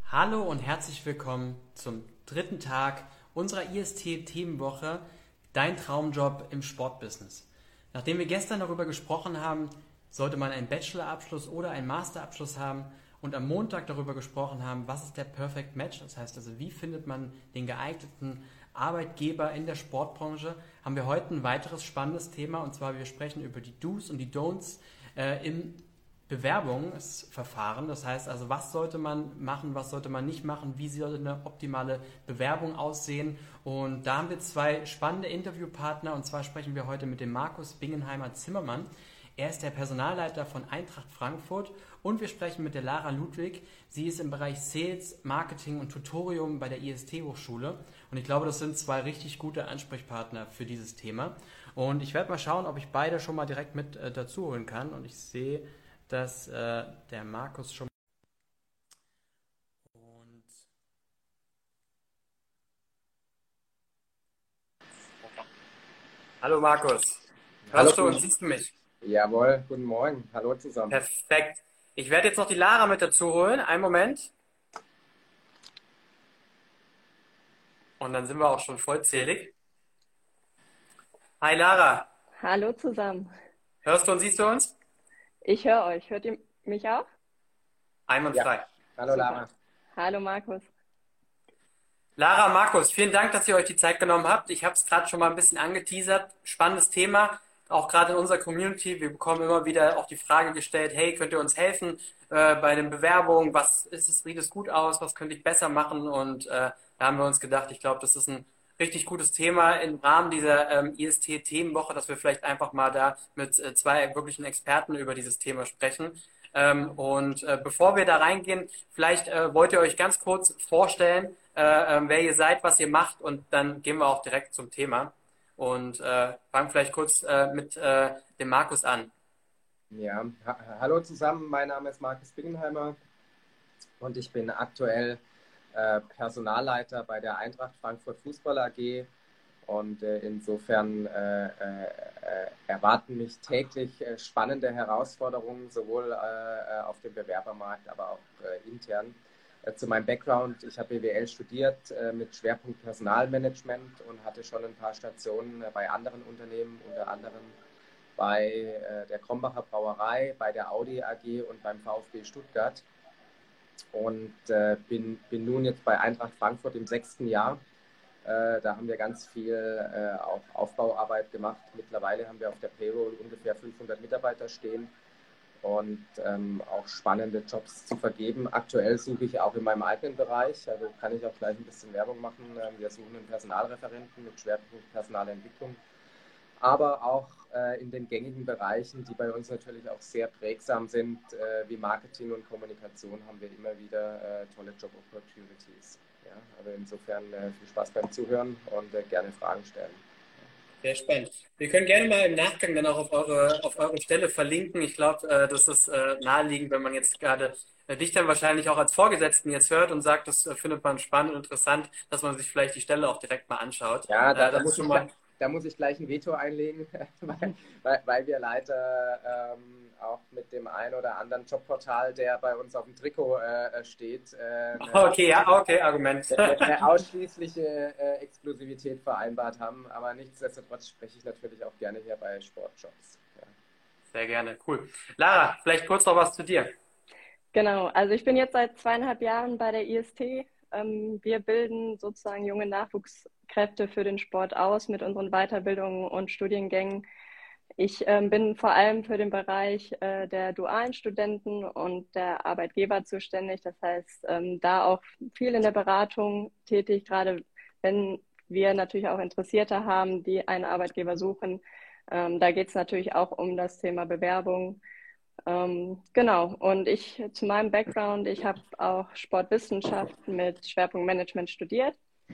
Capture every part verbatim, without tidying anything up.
Hallo und herzlich willkommen zum dritten Tag unserer I S T-Themenwoche Dein Traumjob im Sportbusiness. Nachdem wir gestern darüber gesprochen haben, sollte man einen Bachelorabschluss oder einen Masterabschluss haben und am Montag darüber gesprochen haben, was ist der Perfect Match, das heißt also, wie findet man den geeigneten Arbeitgeber in der Sportbranche, haben wir heute ein weiteres spannendes Thema, und zwar wir sprechen über die Do's und die Don'ts äh, im Bewerbungsverfahren. Das heißt also, was sollte man machen, was sollte man nicht machen, wie sollte eine optimale Bewerbung aussehen. Und da haben wir zwei spannende Interviewpartner, und zwar sprechen wir heute mit dem Markus Bingenheimer-Zimmermann. Er ist der Personalleiter von Eintracht Frankfurt, und wir sprechen mit der Lara Ludwig. Sie ist im Bereich Sales, Marketing und Tutorium bei der I S T-Hochschule, und ich glaube, das sind zwei richtig gute Ansprechpartner für dieses Thema. Und ich werde mal schauen, ob ich beide schon mal direkt mit äh, dazu holen kann, und ich sehe, dass äh, der Markus schon... Und Hallo Markus, Hallo, hörst du und siehst du mich? jawohl, guten Morgen, hallo zusammen. Perfekt. Ich werde jetzt noch die Lara mit dazu holen. Einen Moment. Und dann sind wir auch schon vollzählig. Hi Lara, Hallo zusammen. hörst du und siehst du uns? Ich höre euch. Hört ihr mich auch? Einwandfrei. Ja, hallo Super. Lara. Hallo Markus. Lara, Markus, vielen Dank, dass ihr euch die Zeit genommen habt. Ich habe es gerade schon mal ein bisschen angeteasert. Spannendes Thema, auch gerade in unserer Community. Wir bekommen immer wieder auch die Frage gestellt, hey, könnt ihr uns helfen äh, bei den Bewerbungen? Was ist es, sieht es gut aus? Was könnte ich besser machen? Und äh, da haben wir uns gedacht, ich glaube, das ist ein richtig gutes Thema im Rahmen dieser ähm, I S T-Themenwoche, dass wir vielleicht einfach mal da mit äh, zwei wirklichen Experten über dieses Thema sprechen. Ähm, und äh, bevor wir da reingehen, vielleicht äh, wollt ihr euch ganz kurz vorstellen, äh, äh, wer ihr seid, was ihr macht, und dann gehen wir auch direkt zum Thema. Und äh, fangen vielleicht kurz äh, mit äh, dem Markus an. Ja, ha hallo zusammen, mein Name ist Markus Bingenheimer und ich bin aktuell äh, Personalleiter bei der Eintracht Frankfurt Fußball A G, und äh, insofern äh, äh, erwarten mich täglich äh, spannende Herausforderungen, sowohl äh, auf dem Bewerbermarkt, aber auch äh, intern. Äh, zu meinem Background: Ich habe B W L studiert äh, mit Schwerpunkt Personalmanagement und hatte schon ein paar Stationen äh, bei anderen Unternehmen, unter anderem bei äh, der Krombacher Brauerei, bei der Audi A G und beim VfB Stuttgart, und äh, bin, bin nun jetzt bei Eintracht Frankfurt im sechsten Jahr. Äh, da haben wir ganz viel äh, auch Aufbauarbeit gemacht. Mittlerweile haben wir auf der Payroll ungefähr fünfhundert Mitarbeiter stehen und ähm, auch spannende Jobs zu vergeben. Aktuell suche ich auch in meinem eigenen Bereich, also kann ich auch gleich ein bisschen Werbung machen. Wir suchen einen Personalreferenten mit Schwerpunkt Personalentwicklung, aber auch äh, in den gängigen Bereichen, die bei uns natürlich auch sehr prägsam sind, äh, wie Marketing und Kommunikation, haben wir immer wieder äh, tolle Job-Opportunities. Ja, also insofern äh, viel Spaß beim Zuhören und äh, gerne Fragen stellen. Sehr spannend. Wir können gerne mal im Nachgang dann auch auf eure, auf eure Stelle verlinken. Ich glaube, äh, das ist äh, naheliegend, wenn man jetzt gerade äh, dich dann wahrscheinlich auch als Vorgesetzten jetzt hört und sagt, das äh, findet man spannend und interessant, dass man sich vielleicht die Stelle auch direkt mal anschaut. Ja, da, Äh, da, das ist muss schon ich, mal... da muss ich gleich ein Veto einlegen, weil, weil, weil wir leider ähm, auch mit dem einen oder anderen Jobportal, der bei uns auf dem Trikot äh, steht, äh, eine, Okay, ja, okay, Argument. eine, eine ausschließliche äh, Exklusivität vereinbart haben. Aber nichtsdestotrotz spreche ich natürlich auch gerne hier bei Sportjobs. Ja. Sehr gerne, cool. Lara, vielleicht kurz noch was zu dir. Genau, also ich bin jetzt seit zweieinhalb Jahren bei der I S T. Ähm, wir bilden sozusagen junge Nachwuchskräfte für den Sport aus mit unseren Weiterbildungen und Studiengängen. Ich ähm, bin vor allem für den Bereich äh, der dualen Studenten und der Arbeitgeber zuständig. Das heißt, ähm, da auch viel in der Beratung tätig, gerade wenn wir natürlich auch Interessierte haben, die einen Arbeitgeber suchen. Ähm, da geht es natürlich auch um das Thema Bewerbung. Ähm, genau, und ich zu meinem Background, ich habe auch Sportwissenschaft mit Schwerpunkt Management studiert,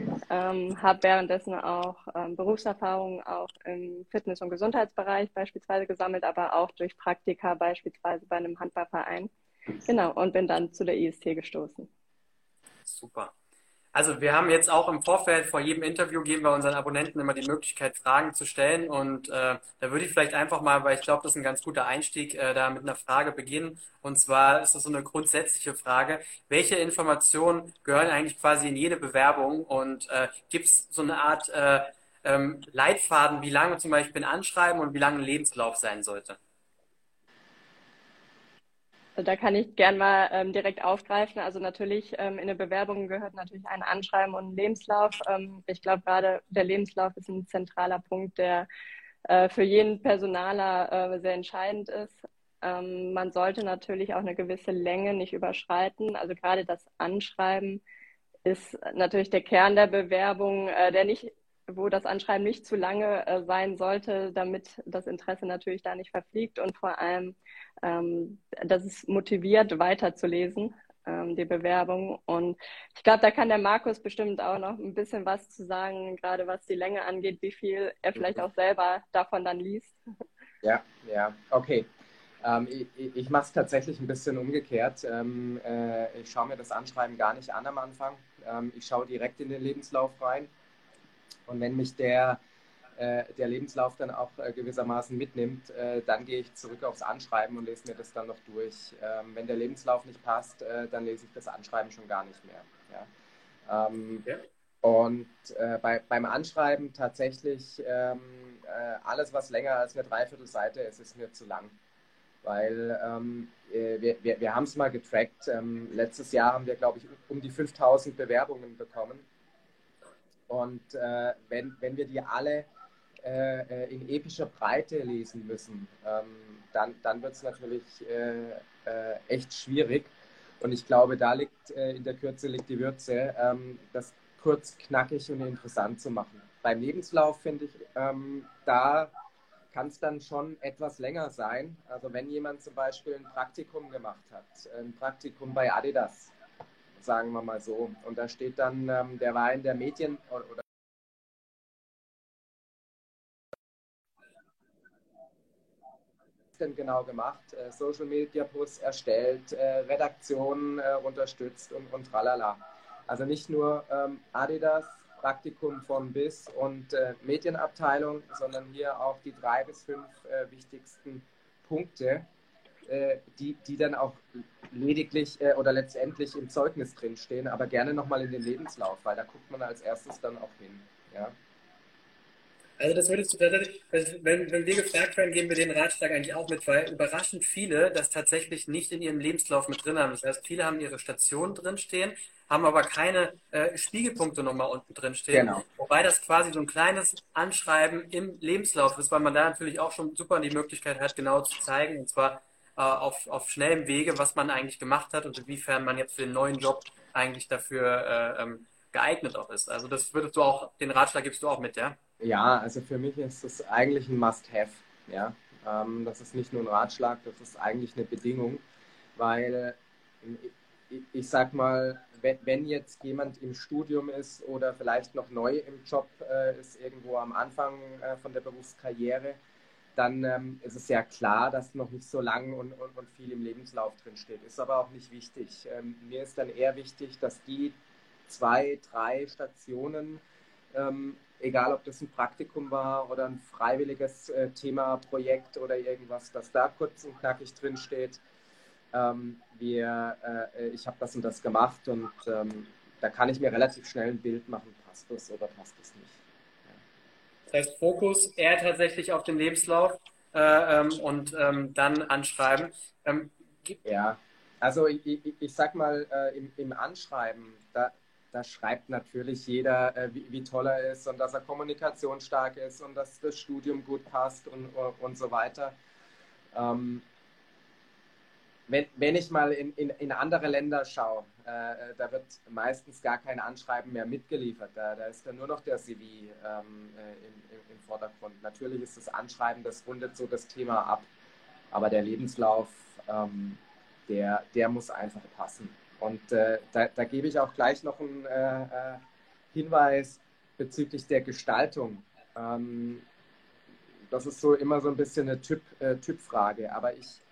ähm, habe währenddessen auch ähm, Berufserfahrung auch im Fitness- und Gesundheitsbereich beispielsweise gesammelt, aber auch durch Praktika beispielsweise bei einem Handballverein. Genau, und bin dann zu der I S T gestoßen. Super. Also wir haben jetzt auch im Vorfeld vor jedem Interview geben wir unseren Abonnenten immer die Möglichkeit, Fragen zu stellen. Und äh, da würde ich vielleicht einfach mal, weil ich glaube, das ist ein ganz guter Einstieg, äh, da mit einer Frage beginnen. Und zwar ist das so eine grundsätzliche Frage. Welche Informationen gehören eigentlich quasi in jede Bewerbung? Und äh, gibt es so eine Art äh, ähm, Leitfaden, wie lange zum Beispiel ein Anschreiben und wie lange ein Lebenslauf sein sollte? Da kann ich gern mal ähm, direkt aufgreifen. Also natürlich ähm, in eine Bewerbung gehört natürlich ein Anschreiben und ein Lebenslauf. Ähm, ich glaube, gerade der Lebenslauf ist ein zentraler Punkt, der äh, für jeden Personaler äh, sehr entscheidend ist. Ähm, man sollte natürlich auch eine gewisse Länge nicht überschreiten. Also gerade das Anschreiben ist natürlich der Kern der Bewerbung, äh, der nicht, wo das Anschreiben nicht zu lange äh, sein sollte, damit das Interesse natürlich da nicht verfliegt und vor allem, ähm, dass es motiviert, weiterzulesen, ähm, die Bewerbung. Und ich glaube, da kann der Markus bestimmt auch noch ein bisschen was zu sagen, gerade was die Länge angeht, wie viel er vielleicht Mhm. auch selber davon dann liest. Ja, ja, okay. Ähm, ich ich mache es tatsächlich ein bisschen umgekehrt. Ähm, äh, ich schaue mir das Anschreiben gar nicht an am Anfang. Ähm, ich schaue direkt in den Lebenslauf rein. Und wenn mich der, äh, der Lebenslauf dann auch äh, gewissermaßen mitnimmt, äh, dann gehe ich zurück aufs Anschreiben und lese mir das dann noch durch. Ähm, wenn der Lebenslauf nicht passt, äh, dann lese ich das Anschreiben schon gar nicht mehr. Ja. Ähm, Ja. und äh, bei, beim Anschreiben tatsächlich ähm, äh, alles, was länger als eine Dreiviertelseite ist, ist mir zu lang. Weil ähm, äh, wir, wir, wir haben es mal getrackt. Ähm, letztes Jahr haben wir, glaube ich, um die fünftausend Bewerbungen bekommen. Und äh, wenn, wenn wir die alle äh, in epischer Breite lesen müssen, ähm, dann, dann wird es natürlich äh, äh, echt schwierig. Und ich glaube, da liegt äh, in der Kürze liegt die Würze, ähm, das kurz, knackig und interessant zu machen. Beim Lebenslauf finde ich, ähm, da kann es dann schon etwas länger sein. Also wenn jemand zum Beispiel ein Praktikum gemacht hat, ein Praktikum bei Adidas, sagen wir mal so, und da steht dann, ähm, der war in der Medien- oder denn genau gemacht? Äh, Social Media Posts erstellt, äh, Redaktionen äh, unterstützt und, und tralala. Also nicht nur ähm, Adidas, Praktikum von bis und äh, Medienabteilung, sondern hier auch die drei bis fünf äh, wichtigsten Punkte, äh, die, die dann auch lediglich äh, oder letztendlich im Zeugnis drinstehen, aber gerne nochmal in den Lebenslauf, weil da guckt man als erstes dann auch hin. Ja. Also das würdest du tatsächlich, das, wenn, wenn wir gefragt werden, geben wir den Ratschlag eigentlich auch mit, weil überraschend viele das tatsächlich nicht in ihrem Lebenslauf mit drin haben. Das heißt, viele haben ihre Station drinstehen, haben aber keine äh, Spiegelpunkte nochmal unten drin stehen, Genau. wobei das quasi so ein kleines Anschreiben im Lebenslauf ist, weil man da natürlich auch schon super die Möglichkeit hat, genau zu zeigen, und zwar äh, auf, auf schnellem Wege, was man eigentlich gemacht hat und inwiefern man jetzt für den neuen Job eigentlich dafür äh, ähm, geeignet auch ist. Also das würdest du auch, den Ratschlag gibst du auch mit, ja? Ja, also für mich ist das eigentlich ein Must-Have. Ja? Ähm, das ist nicht nur ein Ratschlag, das ist eigentlich eine Bedingung, weil ich, ich sag mal, wenn, wenn jetzt jemand im Studium ist oder vielleicht noch neu im Job äh, ist, irgendwo am Anfang äh, von der Berufskarriere, dann ähm, ist es ja klar, dass noch nicht so lang und, und, und viel im Lebenslauf drin steht. Ist aber auch nicht wichtig. Ähm, mir ist dann eher wichtig, dass die zwei, drei Stationen, ähm, egal ob das ein Praktikum war oder ein freiwilliges äh, Thema, Projekt oder irgendwas, dass da kurz und knackig drin steht. Ähm, wir, äh, ich habe das und das gemacht und ähm, da kann ich mir relativ schnell ein Bild machen, passt das oder passt das nicht. Das heißt, Fokus eher tatsächlich auf den Lebenslauf äh, ähm, und ähm, dann anschreiben. Ähm, Ja, also ich, ich, ich sag mal, äh, im, im Anschreiben, da, da schreibt natürlich jeder, äh, wie, wie toll er ist und dass er kommunikationsstark ist und dass das Studium gut passt und, und so weiter. Ähm, wenn, wenn ich mal in, in, in andere Länder schaue, äh, da wird meistens gar kein Anschreiben mehr mitgeliefert. Da, da ist dann nur noch der C V ähm, äh, im, im, im Vordergrund. Natürlich ist das Anschreiben, das rundet so das Thema ab. Aber der Lebenslauf, ähm, der, der muss einfach passen. Und äh, da, da gebe ich auch gleich noch einen äh, äh, Hinweis bezüglich der Gestaltung. Ähm, das ist so immer so ein bisschen eine Typ, äh, Typfrage. Aber ich,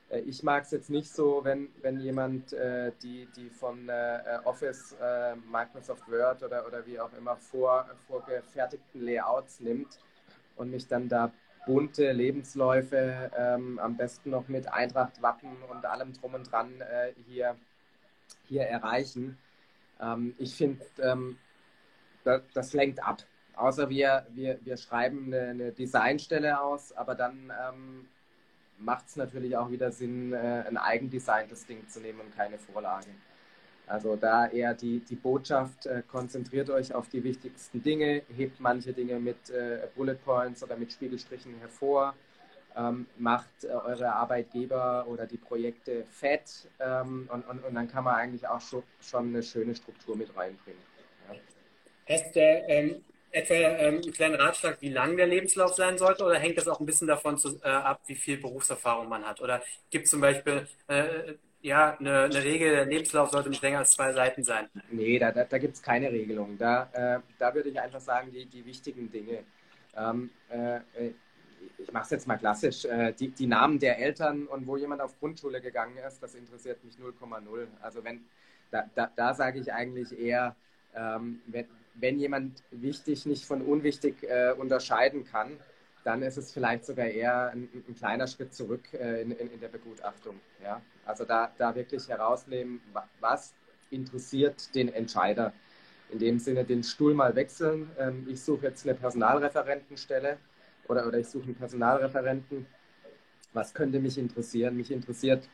Äh, ich mag es jetzt nicht so, wenn, wenn jemand äh, die, die von äh, Office, äh, Microsoft Word oder, oder wie auch immer vor, vorgefertigten Layouts nimmt und mich dann da bunte Lebensläufe, ähm, am besten noch mit Eintracht-Wappen und allem drum und dran äh, hier, hier erreichen. Ähm, ich finde, ähm, das, das lenkt ab. Außer wir, wir, wir schreiben eine, eine Designstelle aus, aber dann ähm, macht es natürlich auch wieder Sinn, äh, ein eigendesigntes Ding zu nehmen und keine Vorlage. Also da eher die, die Botschaft, äh, konzentriert euch auf die wichtigsten Dinge, hebt manche Dinge mit äh, Bullet Points oder mit Spiegelstrichen hervor, ähm, macht äh, eure Arbeitgeber oder die Projekte fett, ähm, und, und, und dann kann man eigentlich auch schon, schon eine schöne Struktur mit reinbringen. Ja. Hast du ähm, etwa ähm, einen kleinen Ratschlag, wie lang der Lebenslauf sein sollte, oder hängt das auch ein bisschen davon zu, äh, ab, wie viel Berufserfahrung man hat? Oder gibt es zum Beispiel äh, ja, eine, eine Regel, der Lebenslauf sollte nicht länger als zwei Seiten sein? Nee, da, da, da gibt es keine Regelung. Da, äh, da würde ich einfach sagen, die, die wichtigen Dinge. Ähm, äh, ich mache es jetzt mal klassisch. Äh, die, die Namen der Eltern und wo jemand auf Grundschule gegangen ist, das interessiert mich null Komma null. Also wenn, da, da, da sage ich eigentlich eher, ähm, wenn, wenn jemand wichtig nicht von unwichtig äh, unterscheiden kann, dann ist es vielleicht sogar eher ein, ein kleiner Schritt zurück äh, in, in, in der Begutachtung. Ja? Also da, da wirklich herausnehmen, was interessiert den Entscheider. In dem Sinne den Stuhl mal wechseln. Ähm, ich suche jetzt eine Personalreferentenstelle oder, oder ich suche einen Personalreferenten. Was könnte mich interessieren? Mich interessiert,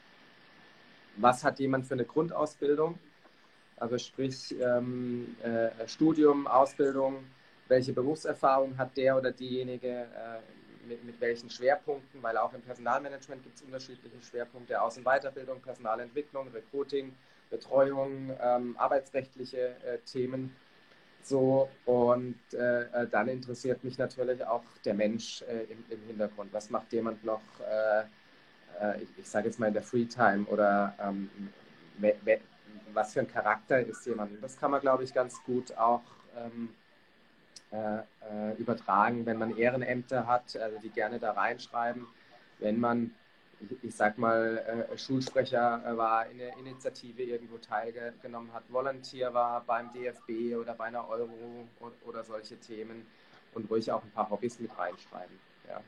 was hat jemand für eine Grundausbildung? Also sprich ähm, äh, Studium, Ausbildung, welche Berufserfahrung hat der oder diejenige, äh, mit, mit welchen Schwerpunkten, weil auch im Personalmanagement gibt es unterschiedliche Schwerpunkte, Aus- und Weiterbildung, Personalentwicklung, Recruiting, Betreuung, ähm, arbeitsrechtliche äh, Themen. So, und äh, dann interessiert mich natürlich auch der Mensch äh, im, im Hintergrund. Was macht jemand noch, äh, äh, ich, ich sage jetzt mal in der Freetime, oder ähm, we, we, was für ein Charakter ist jemand? Das kann man, glaube ich, ganz gut auch ähm, äh, äh, übertragen, wenn man Ehrenämter hat, also die gerne da reinschreiben. Wenn man, ich, ich sag mal, äh, Schulsprecher äh, war, in der Initiative irgendwo teilgenommen hat, Volunteer war beim D F B oder bei einer Euro oder, oder solche Themen, und ruhig auch ein paar Hobbys mit reinschreiben. Ja.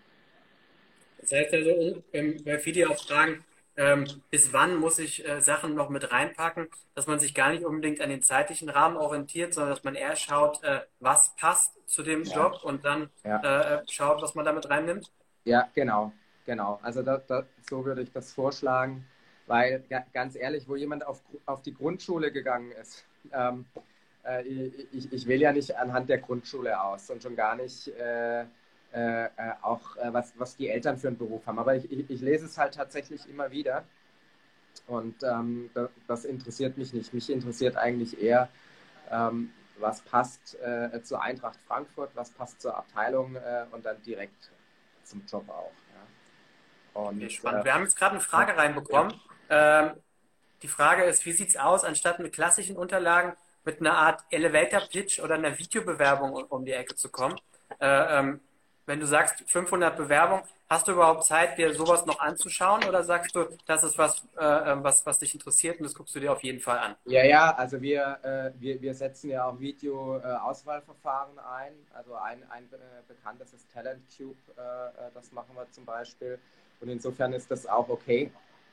Das heißt also, ähm, weil viele auch fragen, ähm, bis wann muss ich äh, Sachen noch mit reinpacken, dass man sich gar nicht unbedingt an den zeitlichen Rahmen orientiert, sondern dass man eher schaut, äh, was passt zu dem Ja. Job, und dann Ja. äh, schaut, was man damit reinnimmt. Ja, genau, genau. Also da, da, so würde ich das vorschlagen, weil ganz ehrlich, wo jemand auf, auf die Grundschule gegangen ist, ähm, äh, ich, ich wähle ja nicht anhand der Grundschule aus und schon gar nicht äh, äh, auch, äh, was, was die Eltern für einen Beruf haben. Aber ich, ich, ich lese es halt tatsächlich immer wieder, und ähm, das, das interessiert mich nicht. Mich interessiert eigentlich eher, ähm, was passt äh, zur Eintracht Frankfurt, was passt zur Abteilung äh, und dann direkt zum Job auch. Ja. Okay, Und spannend. äh, Wir haben jetzt gerade eine ja, Frage ja, reinbekommen. Ähm, die Frage ist, wie sieht es aus, anstatt mit klassischen Unterlagen mit einer Art Elevator-Pitch oder einer Videobewerbung um, um die Ecke zu kommen? Äh, ähm, wenn du sagst fünfhundert Bewerbungen, hast du überhaupt Zeit, dir sowas noch anzuschauen, oder sagst du, das ist was, äh, äh, was, was dich interessiert und das guckst du dir auf jeden Fall an? ja, ja, also wir, äh, wir, wir setzen ja auch Video-Auswahlverfahren ein. Also ein, ein äh, bekanntes ist Talent Cube, äh, äh, das machen wir zum Beispiel. Und insofern ist das auch okay.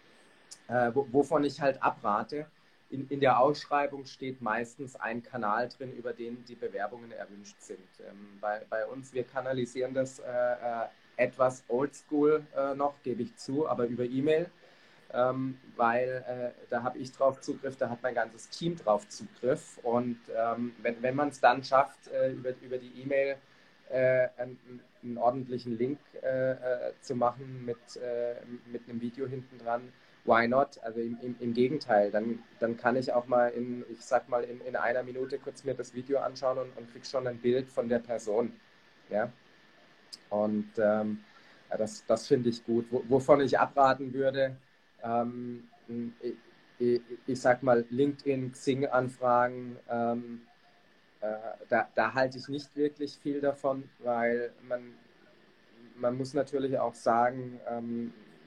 Äh, wo, wovon ich halt abrate, in, in der Ausschreibung steht meistens ein Kanal drin, über den die Bewerbungen erwünscht sind. Ähm, bei, bei uns, wir kanalisieren das äh, äh, etwas oldschool äh, noch, gebe ich zu, aber über E-Mail. Ähm, weil äh, da habe ich drauf Zugriff, da hat mein ganzes Team drauf Zugriff. Und ähm, wenn, wenn man es dann schafft, äh, über, über die E-Mail äh, einen, einen ordentlichen Link äh, äh, zu machen mit, äh, mit einem Video hinten dran, why not? Also im, im, im Gegenteil, dann, dann kann ich auch mal in, ich sag mal, in, in einer Minute kurz mir das Video anschauen und, und krieg schon ein Bild von der Person. Ja? Und ähm, ja, das, das finde ich gut. Wo, wovon ich abraten würde, ähm, ich, ich, ich sag mal, LinkedIn, Xing-Anfragen, ähm, äh, da, da halte ich nicht wirklich viel davon, weil man, man muss natürlich auch sagen, ähm,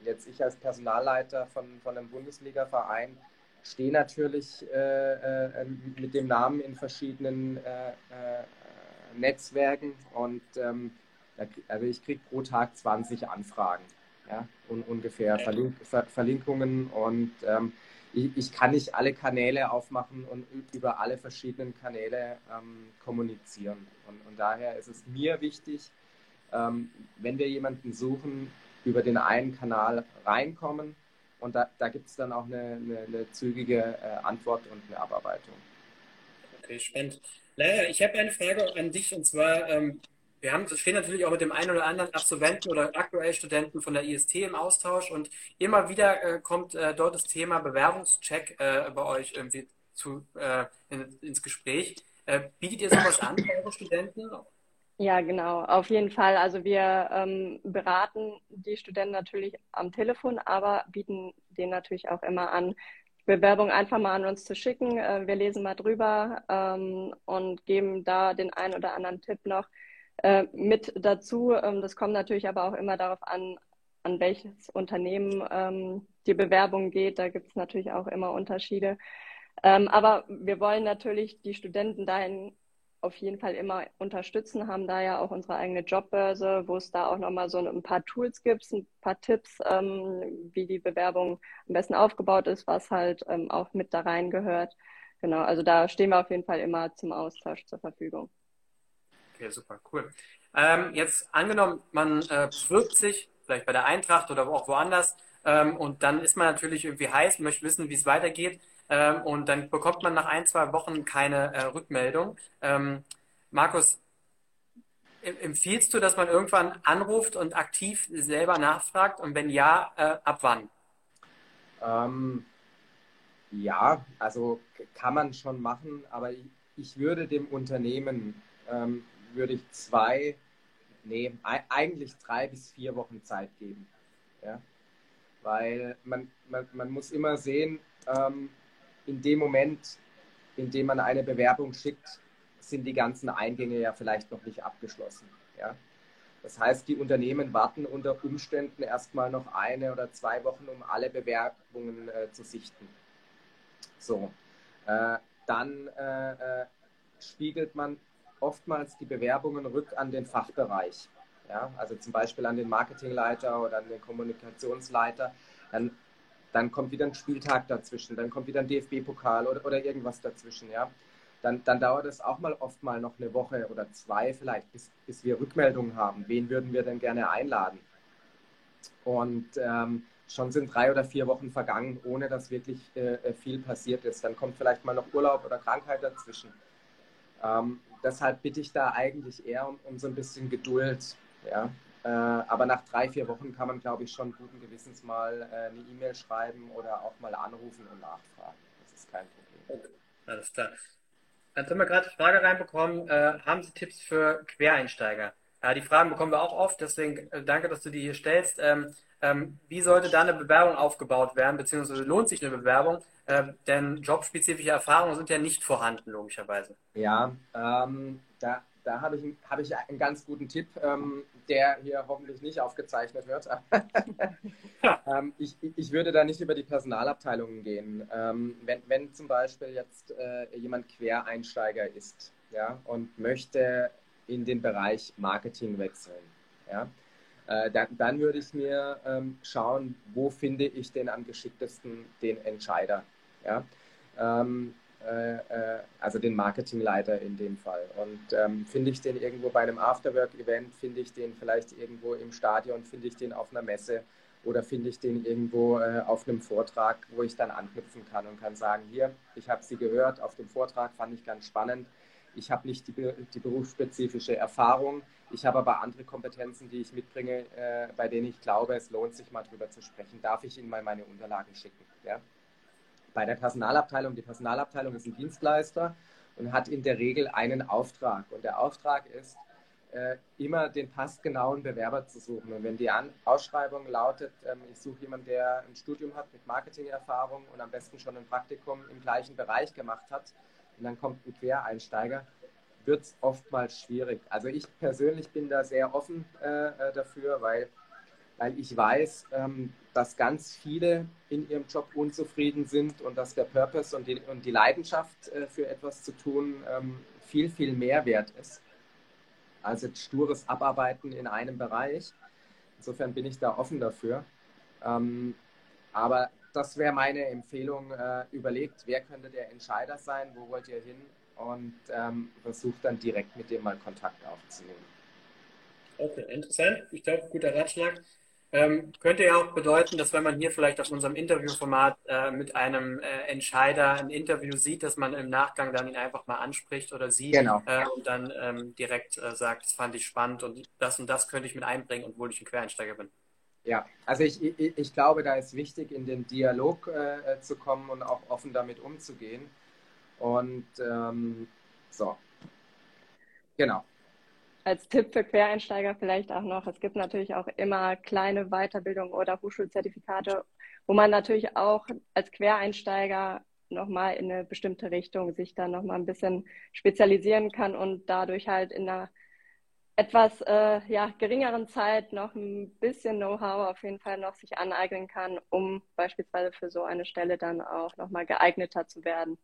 jetzt ich als Personalleiter von, von einem Bundesliga-Verein stehe natürlich äh, äh, mit dem Namen in verschiedenen äh, äh, Netzwerken und ähm, also ich kriege pro Tag zwanzig Anfragen, ja, un ungefähr Verlink Ver Verlinkungen und ähm, ich, ich kann nicht alle Kanäle aufmachen und über alle verschiedenen Kanäle ähm, kommunizieren und, und daher ist es mir wichtig, ähm, wenn wir jemanden suchen, über den einen Kanal reinkommen und da, da gibt es dann auch eine, eine, eine zügige äh, Antwort und eine Abarbeitung. Okay, spannend. Lara, ich habe eine Frage an dich und zwar, ähm, wir haben, stehen natürlich auch mit dem einen oder anderen Absolventen oder aktuell Studenten von der I S T im Austausch und immer wieder äh, kommt äh, dort das Thema Bewerbungscheck äh, bei euch irgendwie zu, äh, in, ins Gespräch. Äh, bietet ihr sowas an für eure Studenten? Ja, genau, auf jeden Fall. Also wir ähm, beraten die Studenten natürlich am Telefon, aber bieten denen natürlich auch immer an, Bewerbung einfach mal an uns zu schicken. Äh, wir lesen mal drüber ähm, und geben da den einen oder anderen Tipp noch äh, mit dazu. Ähm, das kommt natürlich aber auch immer darauf an, an welches Unternehmen ähm, die Bewerbung geht. Da gibt es natürlich auch immer Unterschiede. Ähm, aber wir wollen natürlich die Studenten dahin auf jeden Fall immer unterstützen, haben da ja auch unsere eigene Jobbörse, wo es da auch nochmal so ein paar Tools gibt, ein paar Tipps, ähm, wie die Bewerbung am besten aufgebaut ist, was halt ähm, auch mit da reingehört. Genau, also da stehen wir auf jeden Fall immer zum Austausch zur Verfügung. Okay, super, cool. Ähm, jetzt angenommen, man äh, bewirbt sich, vielleicht bei der Eintracht oder auch woanders, ähm, und dann ist man natürlich irgendwie heiß, möchte wissen, wie es weitergeht, ähm, und dann bekommt man nach ein, zwei Wochen keine äh, Rückmeldung. Ähm, Markus, em- empfiehlst du, dass man irgendwann anruft und aktiv selber nachfragt? Und wenn ja, äh, ab wann? Ähm, ja, also kann man schon machen, aber ich, ich würde dem Unternehmen, ähm, würde ich zwei, nee, eigentlich drei bis vier Wochen Zeit geben. Ja? Weil man, man, man muss immer sehen, ähm, in dem Moment, in dem man eine Bewerbung schickt, sind die ganzen Eingänge ja vielleicht noch nicht abgeschlossen. Ja? Das heißt, die Unternehmen warten unter Umständen erstmal noch eine oder zwei Wochen, um alle Bewerbungen äh, zu sichten. So, äh, dann äh, äh, spiegelt man oftmals die Bewerbungen rück an den Fachbereich. Ja? Also zum Beispiel an den Marketingleiter oder an den Kommunikationsleiter. Dann, dann kommt wieder ein Spieltag dazwischen, dann kommt wieder ein D F B-Pokal oder, oder irgendwas dazwischen. Ja? Dann, dann dauert es auch mal oft mal noch eine Woche oder zwei vielleicht, bis, bis wir Rückmeldungen haben. Wen würden wir denn gerne einladen? Und ähm, schon sind drei oder vier Wochen vergangen, ohne dass wirklich äh, viel passiert ist. Dann kommt vielleicht mal noch Urlaub oder Krankheit dazwischen. Ähm, deshalb bitte ich da eigentlich eher um, um so ein bisschen Geduld. Ja? Äh, aber nach drei, vier Wochen kann man, glaube ich, schon guten Gewissens mal äh, eine E-Mail schreiben oder auch mal anrufen und nachfragen. Das ist kein Problem. Okay, alles klar. Jetzt haben wir gerade die Frage reinbekommen, äh, haben Sie Tipps für Quereinsteiger? Ja, die Fragen bekommen wir auch oft, deswegen äh, danke, dass du die hier stellst. Ähm, ähm, wie sollte da eine Bewerbung aufgebaut werden, beziehungsweise lohnt sich eine Bewerbung? Ähm, denn jobspezifische Erfahrungen sind ja nicht vorhanden, logischerweise. Ja, ähm, da, da habe ich, hab ich einen ganz guten Tipp, ähm, der hier hoffentlich nicht aufgezeichnet wird. Ja. ähm, ich, ich würde da nicht über die Personalabteilungen gehen. Ähm, wenn, wenn zum Beispiel jetzt äh, jemand Quereinsteiger ist, ja, und möchte in den Bereich Marketing wechseln, ja, äh, dann, dann würde ich mir ähm, schauen, wo finde ich denn am geschicktesten den Entscheider. Ja? Ähm, äh, äh, also den Marketingleiter in dem Fall. Und ähm, finde ich den irgendwo bei einem Afterwork-Event, finde ich den vielleicht irgendwo im Stadion, finde ich den auf einer Messe oder finde ich den irgendwo äh, auf einem Vortrag, wo ich dann anknüpfen kann und kann sagen, hier, ich habe Sie gehört, auf dem Vortrag fand ich ganz spannend. Ich habe nicht die, die berufsspezifische Erfahrung, ich habe aber andere Kompetenzen, die ich mitbringe, äh, bei denen ich glaube, es lohnt sich mal drüber zu sprechen. Darf ich Ihnen mal meine Unterlagen schicken? Ja? Bei der Personalabteilung, die Personalabteilung ist ein Dienstleister und hat in der Regel einen Auftrag. Und der Auftrag ist, äh, immer den passgenauen Bewerber zu suchen. Und wenn die An Ausschreibung lautet, ähm, ich suche jemanden, der ein Studium hat mit Marketingerfahrung und am besten schon ein Praktikum im gleichen Bereich gemacht hat, und dann kommt ein Quereinsteiger, wird es oftmals schwierig. Also ich persönlich bin da sehr offen äh, dafür, weil weil ich weiß, ähm, dass ganz viele in ihrem Job unzufrieden sind und dass der Purpose und die, und die Leidenschaft äh, für etwas zu tun ähm, viel, viel mehr wert ist als jetzt stures Abarbeiten in einem Bereich. Insofern bin ich da offen dafür. Ähm, aber das wäre meine Empfehlung. Äh, überlegt, wer könnte der Entscheider sein, wo wollt ihr hin und ähm, versucht dann direkt mit dem mal Kontakt aufzunehmen. Okay, interessant. Ich glaube, guter Ratschlag. Ähm, könnte ja auch bedeuten, dass wenn man hier vielleicht auf unserem Interviewformat äh, mit einem äh, Entscheider ein Interview sieht, dass man im Nachgang dann ihn einfach mal anspricht oder sie Genau. äh, und dann ähm, direkt äh, sagt, das fand ich spannend und das und das könnte ich mit einbringen, obwohl ich ein Quereinsteiger bin. Ja, also ich, ich, ich glaube, da ist wichtig, in den Dialog äh, zu kommen und auch offen damit umzugehen. Und ähm, so, genau. Als Tipp für Quereinsteiger vielleicht auch noch, es gibt natürlich auch immer kleine Weiterbildungen oder Hochschulzertifikate, wo man natürlich auch als Quereinsteiger nochmal in eine bestimmte Richtung sich dann nochmal ein bisschen spezialisieren kann und dadurch halt in einer etwas äh, ja, geringeren Zeit noch ein bisschen Know-how auf jeden Fall noch sich aneignen kann, um beispielsweise für so eine Stelle dann auch nochmal geeigneter zu werden.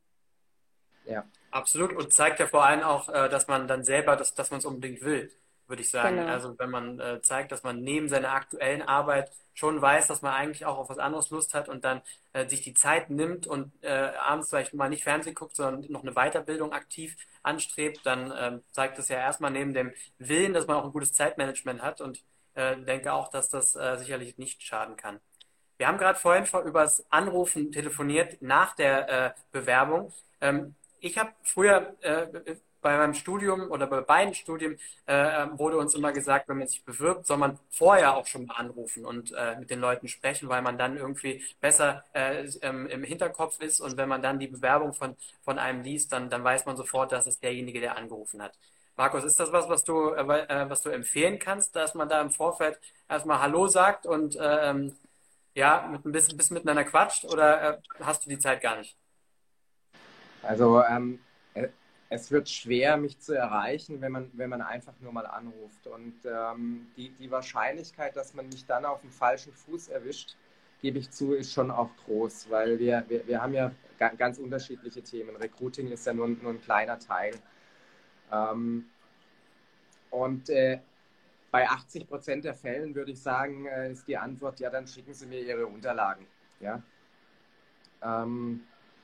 Ja. Absolut und zeigt ja vor allem auch, äh, dass man dann selber, dass, dass man es unbedingt will, würde ich sagen. Genau. Also wenn man äh, zeigt, dass man neben seiner aktuellen Arbeit schon weiß, dass man eigentlich auch auf was anderes Lust hat und dann äh, sich die Zeit nimmt und äh, abends vielleicht mal nicht Fernsehen guckt, sondern noch eine Weiterbildung aktiv anstrebt, dann ähm, zeigt das ja erstmal neben dem Willen, dass man auch ein gutes Zeitmanagement hat und äh, denke auch, dass das äh, sicherlich nicht schaden kann. Wir haben gerade vorhin schon über das Anrufen telefoniert nach der äh, Bewerbung. Ähm, ich habe früher äh, bei meinem Studium oder bei beiden Studien äh, wurde uns immer gesagt, wenn man sich bewirbt, soll man vorher auch schon mal anrufen und äh, mit den Leuten sprechen, weil man dann irgendwie besser äh, ähm, im Hinterkopf ist und wenn man dann die Bewerbung von, von einem liest, dann, dann weiß man sofort, dass es derjenige, der angerufen hat. Markus, ist das was, was du, äh, was du empfehlen kannst, dass man da im Vorfeld erstmal Hallo sagt und äh, ja, mit ein bisschen, bisschen miteinander quatscht oder äh, hast du die Zeit gar nicht? Also ähm, es wird schwer, mich zu erreichen, wenn man, wenn man einfach nur mal anruft. Und ähm, die, die Wahrscheinlichkeit, dass man mich dann auf dem falschen Fuß erwischt, gebe ich zu, ist schon auch groß, weil wir, wir, wir haben ja ganz unterschiedliche Themen. Recruiting ist ja nur, nur ein kleiner Teil. Ähm, und äh, bei achtzig Prozent der Fällen würde ich sagen, äh, ist die Antwort, ja, dann schicken Sie mir Ihre Unterlagen. Ja? Ähm,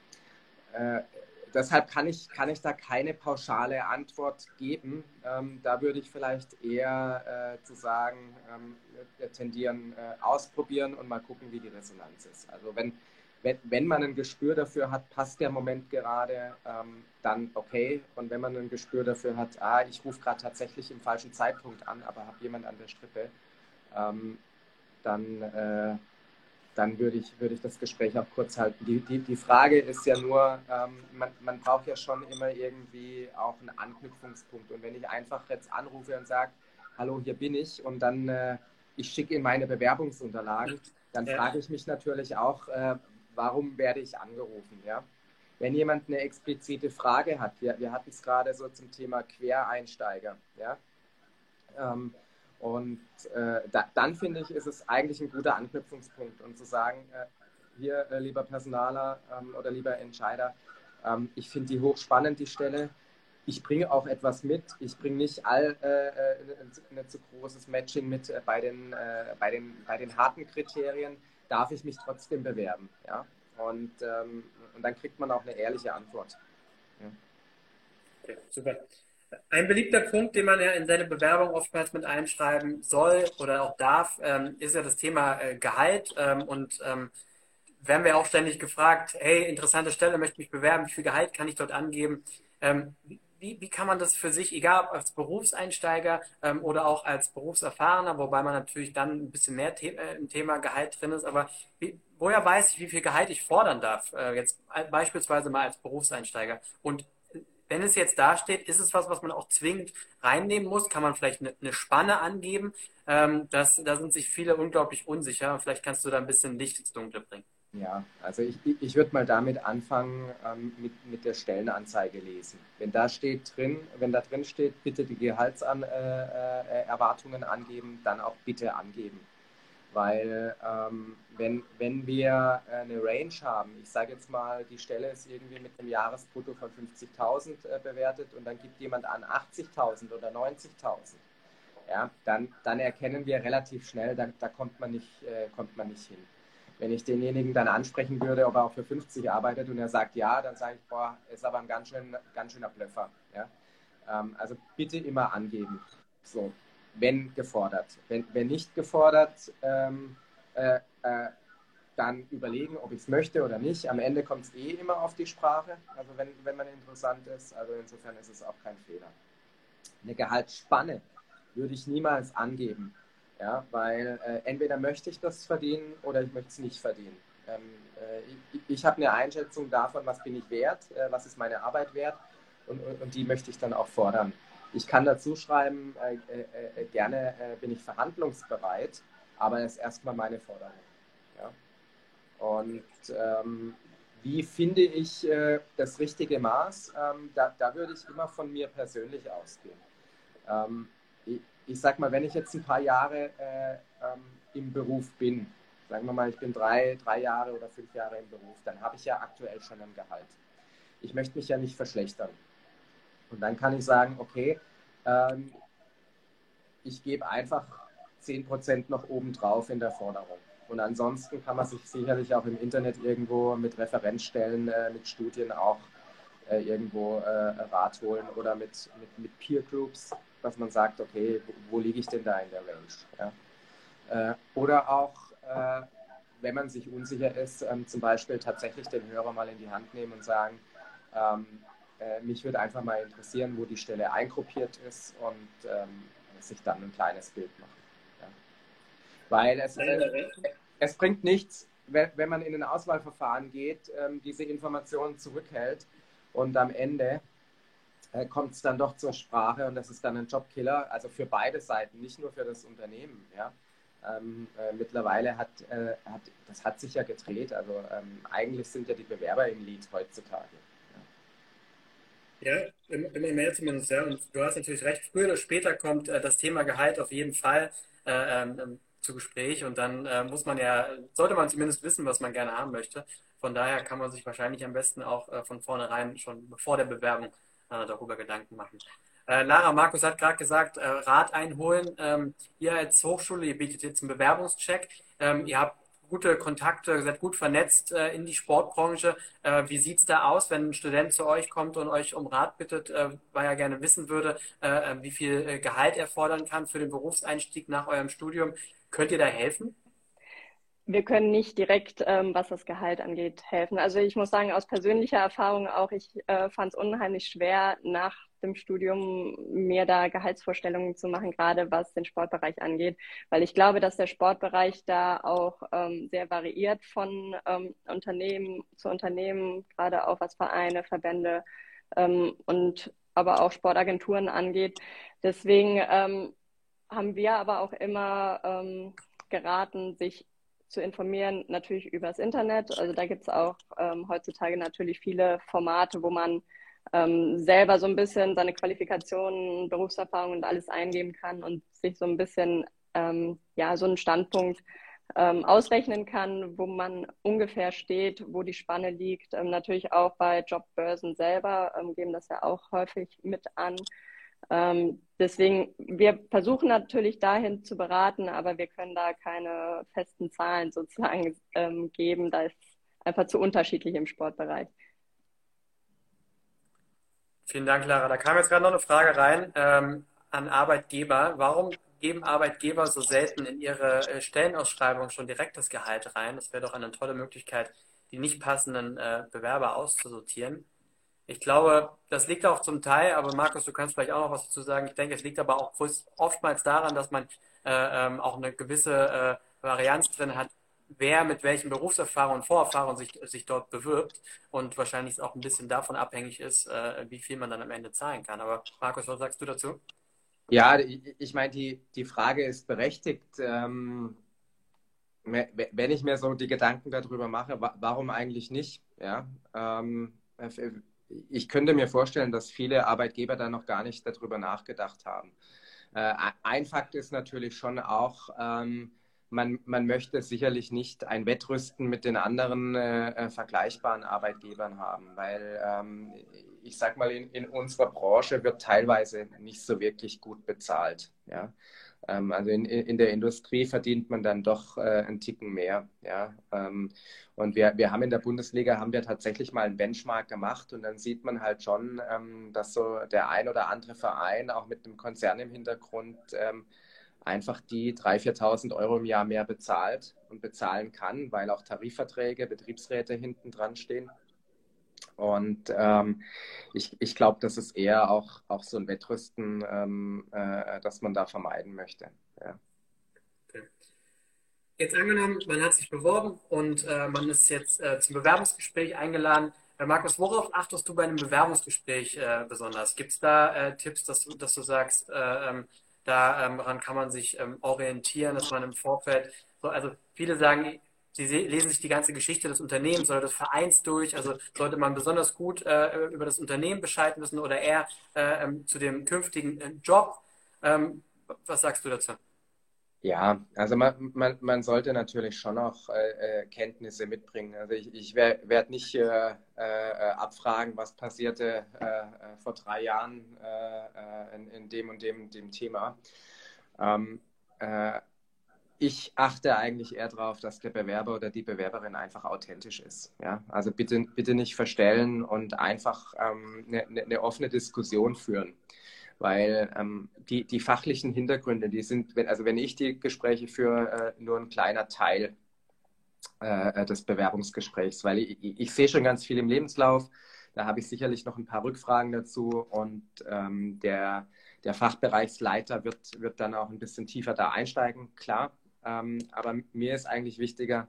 äh, deshalb kann ich, kann ich da keine pauschale Antwort geben. Ähm, da würde ich vielleicht eher äh, zu sagen, ähm, wir tendieren äh, ausprobieren und mal gucken, wie die Resonanz ist. Also wenn, wenn, wenn man ein Gespür dafür hat, passt der Moment gerade, ähm, dann okay. Und wenn man ein Gespür dafür hat, ah, ich rufe gerade tatsächlich im falschen Zeitpunkt an, aber habe jemand an der Strippe, ähm, dann... Äh, dann würde ich, würde ich das Gespräch auch kurz halten. Die, die, die Frage ist ja nur, ähm, man, man braucht ja schon immer irgendwie auch einen Anknüpfungspunkt. Und wenn ich einfach jetzt anrufe und sage, hallo, hier bin ich, und dann äh, ich schicke Ihnen meine Bewerbungsunterlagen, dann Ja. frage ich mich natürlich auch, äh, warum werde ich angerufen? Ja? Wenn jemand eine explizite Frage hat, wir, wir hatten es gerade so zum Thema Quereinsteiger, ja, ähm, und äh, da, dann finde ich, ist es eigentlich ein guter Anknüpfungspunkt und zu sagen, äh, hier, äh, lieber Personaler ähm, oder lieber Entscheider, ähm, ich finde die hochspannend, die Stelle. Ich bringe auch etwas mit. Ich bringe nicht all äh, ein, ein zu großes Matching mit äh, bei, den, äh, bei, den, bei den harten Kriterien. Darf ich mich trotzdem bewerben? Ja? Und, ähm, und dann kriegt man auch eine ehrliche Antwort. Ja. Okay, super. Ein beliebter Punkt, den man ja in seine Bewerbung oftmals mit einschreiben soll oder auch darf, ähm, ist ja das Thema äh, Gehalt. Ähm, und ähm, werden wir auch ständig gefragt, hey, interessante Stelle, möchte mich bewerben, wie viel Gehalt kann ich dort angeben? Ähm, wie, wie kann man das für sich, egal ob als Berufseinsteiger ähm, oder auch als Berufserfahrener, wobei man natürlich dann ein bisschen mehr The äh, im Thema Gehalt drin ist, aber wie, woher weiß ich, wie viel Gehalt ich fordern darf? Äh, jetzt beispielsweise mal als Berufseinsteiger. Und wenn es jetzt dasteht, ist es was, was man auch zwingend reinnehmen muss? Kann man vielleicht eine, eine Spanne angeben? Ähm, das, da sind sich viele unglaublich unsicher. Vielleicht kannst du da ein bisschen Licht ins Dunkle bringen. Ja, also ich, ich würde mal damit anfangen, ähm, mit, mit der Stellenanzeige lesen. Wenn da steht drin, wenn da drin steht, bitte die Gehaltserwartungen äh, äh, angeben, dann auch bitte angeben. Weil ähm, wenn, wenn wir eine Range haben, ich sage jetzt mal, die Stelle ist irgendwie mit einem Jahresbrutto von fünfzigtausend äh, bewertet und dann gibt jemand an achtzigtausend oder neunzigtausend, ja, dann, dann erkennen wir relativ schnell, da, da kommt man nicht, äh, kommt man nicht hin. Wenn ich denjenigen dann ansprechen würde, ob er auch für fünfzig arbeitet und er sagt ja, dann sage ich, boah, ist aber ein ganz, schön, ganz schöner Blöffer. Ja? Ähm, also bitte immer angeben. So, wenn gefordert. Wenn, wenn nicht gefordert, ähm, äh, äh, dann überlegen, ob ich es möchte oder nicht. Am Ende kommt es eh immer auf die Sprache, also wenn, wenn man interessant ist. Also insofern ist es auch kein Fehler. Eine Gehaltsspanne würde ich niemals angeben. Ja, weil äh, entweder möchte ich das verdienen oder ich möchte es nicht verdienen. Ähm, äh, ich ich habe eine Einschätzung davon, was bin ich wert, äh, was ist meine Arbeit wert und, und, und die möchte ich dann auch fordern. Ich kann dazu schreiben, äh, äh, äh, gerne äh, bin ich verhandlungsbereit, aber das ist erstmal meine Forderung. Ja? Und ähm, wie finde ich äh, das richtige Maß? Ähm, da, da würde ich immer von mir persönlich ausgehen. Ähm, ich, ich sag mal, wenn ich jetzt ein paar Jahre äh, ähm, im Beruf bin, sagen wir mal, ich bin drei, drei Jahre oder fünf Jahre im Beruf, dann habe ich ja aktuell schon ein Gehalt. Ich möchte mich ja nicht verschlechtern. Und dann kann ich sagen, okay, ähm, ich gebe einfach zehn Prozent noch oben drauf in der Forderung. Und ansonsten kann man sich sicherlich auch im Internet irgendwo mit Referenzstellen, äh, mit Studien auch äh, irgendwo äh, Rat holen oder mit, mit, mit Peer Groups, dass man sagt, okay, wo, wo liege ich denn da in der Range? Ja? Äh, oder auch, äh, wenn man sich unsicher ist, ähm, zum Beispiel tatsächlich den Hörer mal in die Hand nehmen und sagen, ähm, äh, mich würde einfach mal interessieren, wo die Stelle eingruppiert ist und ähm, sich dann ein kleines Bild machen. Ja? Weil es, äh, es bringt nichts, wenn, wenn man in ein Auswahlverfahren geht, ähm, diese Informationen zurückhält und am Ende äh, kommt es dann doch zur Sprache und das ist dann ein Jobkiller, also für beide Seiten, nicht nur für das Unternehmen. Ja? Ähm, äh, mittlerweile hat, äh, hat, das hat sich ja gedreht, also ähm, eigentlich sind ja die Bewerber im Lead heutzutage. Ja, immer mehr zumindest, ja. Und du hast natürlich recht, früher oder später kommt äh, das Thema Gehalt auf jeden Fall äh, ähm, zu Gespräch und dann äh, muss man ja, sollte man zumindest wissen, was man gerne haben möchte. Von daher kann man sich wahrscheinlich am besten auch äh, von vornherein schon vor der Bewerbung äh, darüber Gedanken machen. Äh, Lara, Markus hat gerade gesagt, äh, Rat einholen. Ähm, ihr als Hochschule, ihr bietet jetzt einen Bewerbungscheck. Ähm, ihr habt gute Kontakte, seid gut vernetzt äh, in die Sportbranche. Äh, wie sieht es da aus, wenn ein Student zu euch kommt und euch um Rat bittet, äh, weil er gerne wissen würde, äh, wie viel äh, Gehalt er fordern kann für den Berufseinstieg nach eurem Studium? Könnt ihr da helfen? Wir können nicht direkt, ähm, was das Gehalt angeht, helfen. Also ich muss sagen, aus persönlicher Erfahrung auch, ich äh, fand es unheimlich schwer, nach dem Studium mir da Gehaltsvorstellungen zu machen, gerade was den Sportbereich angeht, weil ich glaube, dass der Sportbereich da auch ähm, sehr variiert von ähm, Unternehmen zu Unternehmen, gerade auch was Vereine, Verbände ähm, und aber auch Sportagenturen angeht. Deswegen ähm, haben wir aber auch immer ähm, geraten, sich zu informieren, natürlich übers Internet. Also da gibt es auch ähm, heutzutage natürlich viele Formate, wo man ähm, selber so ein bisschen seine Qualifikationen, Berufserfahrung und alles eingeben kann und sich so ein bisschen ähm, ja so einen Standpunkt ähm, ausrechnen kann, wo man ungefähr steht, wo die Spanne liegt. Ähm, natürlich auch bei Jobbörsen selber ähm, geben das ja auch häufig mit an. Ähm, deswegen, wir versuchen natürlich dahin zu beraten, aber wir können da keine festen Zahlen sozusagen ähm, geben. Da ist es einfach zu unterschiedlich im Sportbereich. Vielen Dank, Lara. Da kam jetzt gerade noch eine Frage rein ähm, an Arbeitgeber. Warum geben Arbeitgeber so selten in ihre äh, Stellenausschreibung schon direkt das Gehalt rein? Das wäre doch eine tolle Möglichkeit, die nicht passenden äh, Bewerber auszusortieren. Ich glaube, das liegt auch zum Teil, aber Markus, du kannst vielleicht auch noch was dazu sagen. Ich denke, es liegt aber auch oftmals daran, dass man äh, ähm, auch eine gewisse äh, Varianz drin hat, wer mit welchen Berufserfahrungen und Vorerfahrungen sich, sich dort bewirbt und wahrscheinlich auch ein bisschen davon abhängig ist, äh, wie viel man dann am Ende zahlen kann. Aber Markus, was sagst du dazu? Ja, ich, ich meine, die, die Frage ist berechtigt. Ähm, wenn ich mir so die Gedanken darüber mache, warum eigentlich nicht? Ja, ähm, ich könnte mir vorstellen, dass viele Arbeitgeber da noch gar nicht darüber nachgedacht haben. Äh, ein Fakt ist natürlich schon auch, ähm, man, man möchte sicherlich nicht ein Wettrüsten mit den anderen äh, vergleichbaren Arbeitgebern haben, weil ähm, ich sag mal, in, in unserer Branche wird teilweise nicht so wirklich gut bezahlt. Ja? Ähm, also in, in der Industrie verdient man dann doch äh, einen Ticken mehr. Ja? Ähm, und wir, wir haben in der Bundesliga haben wir tatsächlich mal einen Benchmark gemacht und dann sieht man halt schon, ähm, dass so der ein oder andere Verein auch mit einem Konzern im Hintergrund ähm, einfach die dreitausend, viertausend Euro im Jahr mehr bezahlt und bezahlen kann, weil auch Tarifverträge, Betriebsräte hinten dran stehen. Und ähm, ich, ich glaube, das ist eher auch, auch so ein Wettrüsten, ähm, äh, das man da vermeiden möchte. Ja. Okay. Jetzt angenommen, man hat sich beworben und äh, man ist jetzt äh, zum Bewerbungsgespräch eingeladen. Äh, Markus, worauf achtest du bei einem Bewerbungsgespräch äh, besonders? Gibt es da äh, Tipps, dass du, dass du sagst, äh, ähm, daran kann man sich ähm, orientieren, dass man im Vorfeld, so, also viele sagen, sie lesen sich die ganze Geschichte des Unternehmens oder des Vereins durch, also sollte man besonders gut äh, über das Unternehmen Bescheid wissen oder eher äh, ähm, zu dem künftigen äh, Job. Ähm, was sagst du dazu? Ja, also man, man, man sollte natürlich schon auch äh, äh, Kenntnisse mitbringen. Also ich, ich werde nicht äh, äh, abfragen, was passierte äh, äh, vor drei Jahren äh, äh, in, in dem und dem, dem Thema. Ähm, äh, ich achte eigentlich eher darauf, dass der Bewerber oder die Bewerberin einfach authentisch ist. Ja? Also bitte, bitte nicht verstellen und einfach ähm, eine, eine offene Diskussion führen. Weil ähm, die, die fachlichen Hintergründe, die sind, wenn, also wenn ich die Gespräche führe, äh, nur ein kleiner Teil äh, des Bewerbungsgesprächs, weil ich, ich, ich sehe schon ganz viel im Lebenslauf, da habe ich sicherlich noch ein paar Rückfragen dazu und ähm, der, der Fachbereichsleiter wird, wird dann auch ein bisschen tiefer da einsteigen, klar, ähm, aber mir ist eigentlich wichtiger,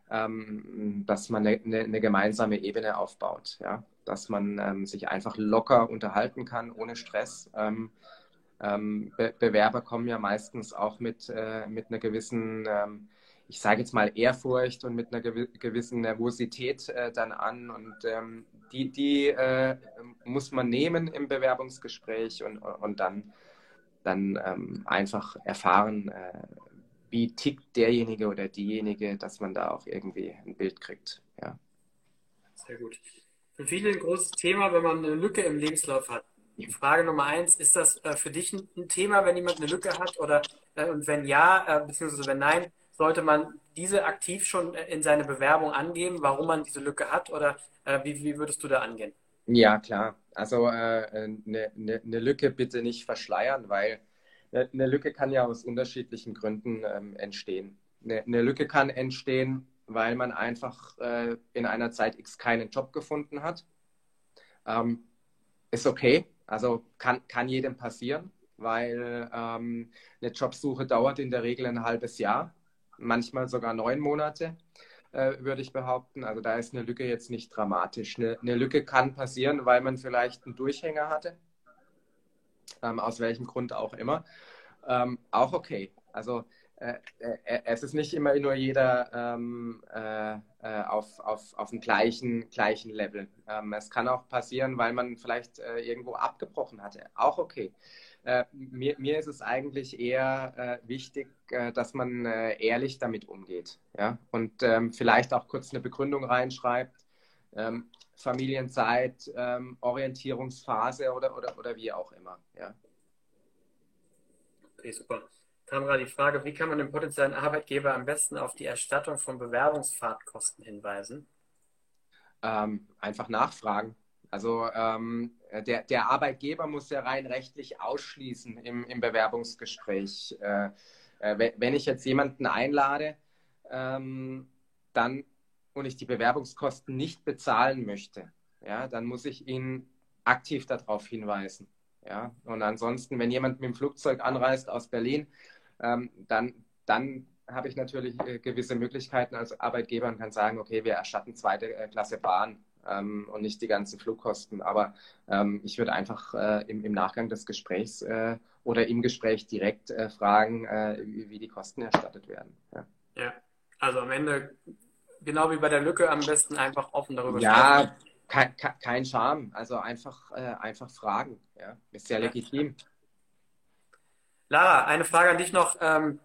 ähm, dass man eine, eine, eine gemeinsame Ebene aufbaut, ja? Dass man ähm, sich einfach locker unterhalten kann, ohne Stress. Ähm, ähm, Be Bewerber kommen ja meistens auch mit, äh, mit einer gewissen, ähm, ich sage jetzt mal, Ehrfurcht und mit einer gew gewissen Nervosität äh, dann an. Und ähm, die, die äh, muss man nehmen im Bewerbungsgespräch und, und dann, dann ähm, einfach erfahren, äh, wie tickt derjenige oder diejenige, dass man da auch irgendwie ein Bild kriegt. Ja. Sehr gut. Für viele ein großes Thema, wenn man eine Lücke im Lebenslauf hat. Frage Nummer eins, ist das äh, für dich ein, ein Thema, wenn jemand eine Lücke hat? Oder äh, und wenn ja, äh, beziehungsweise wenn nein, sollte man diese aktiv schon äh, in seine Bewerbung angeben, warum man diese Lücke hat? Oder äh, wie, wie würdest du da angehen? Ja, klar. Also äh, eine, eine, eine Lücke bitte nicht verschleiern, weil eine Lücke kann ja aus unterschiedlichen Gründen ähm, entstehen. Eine, eine Lücke kann entstehen, weil man einfach äh, in einer Zeit X keinen Job gefunden hat. Ähm, ist okay, also kann, kann jedem passieren, weil ähm, eine Jobsuche dauert in der Regel ein halbes Jahr, manchmal sogar neun Monate, äh, würde ich behaupten. Also da ist eine Lücke jetzt nicht dramatisch. Eine, eine Lücke kann passieren, weil man vielleicht einen Durchhänger hatte, ähm, aus welchem Grund auch immer. Ähm, auch okay. Also äh, äh, es ist nicht immer nur jeder ähm, äh, äh, auf, auf, auf dem gleichen, gleichen Level. Ähm, es kann auch passieren, weil man vielleicht äh, irgendwo abgebrochen hatte. Auch okay. Äh, mir, mir ist es eigentlich eher äh, wichtig, äh, dass man äh, ehrlich damit umgeht. Ja? Und ähm, vielleicht auch kurz eine Begründung reinschreibt. Ähm, Familienzeit, ähm, Orientierungsphase oder, oder, oder wie auch immer. Ja. Okay, super. Kam gerade die Frage, wie kann man den potenziellen Arbeitgeber am besten auf die Erstattung von Bewerbungsfahrtkosten hinweisen? Ähm, einfach nachfragen. Also ähm, der, der Arbeitgeber muss ja rein rechtlich ausschließen im, im Bewerbungsgespräch. Äh, äh, wenn ich jetzt jemanden einlade, ähm, dann und ich die Bewerbungskosten nicht bezahlen möchte, ja, dann muss ich ihn aktiv darauf hinweisen. Ja? Und ansonsten, wenn jemand mit dem Flugzeug anreist aus Berlin, ähm, dann, dann habe ich natürlich äh, gewisse Möglichkeiten als Arbeitgeber und kann sagen, okay, wir erstatten zweite äh, Klasse Bahn ähm, und nicht die ganzen Flugkosten. Aber ähm, ich würde einfach äh, im, im Nachgang des Gesprächs äh, oder im Gespräch direkt äh, fragen, äh, wie, wie die Kosten erstattet werden. Ja. Ja, also am Ende, genau wie bei der Lücke, am besten einfach offen darüber sprechen. Ja, kein, kein Charme. Also einfach, äh, einfach fragen. Ja. Ist sehr Ja. legitim. Lara, eine Frage an dich noch. Ähm,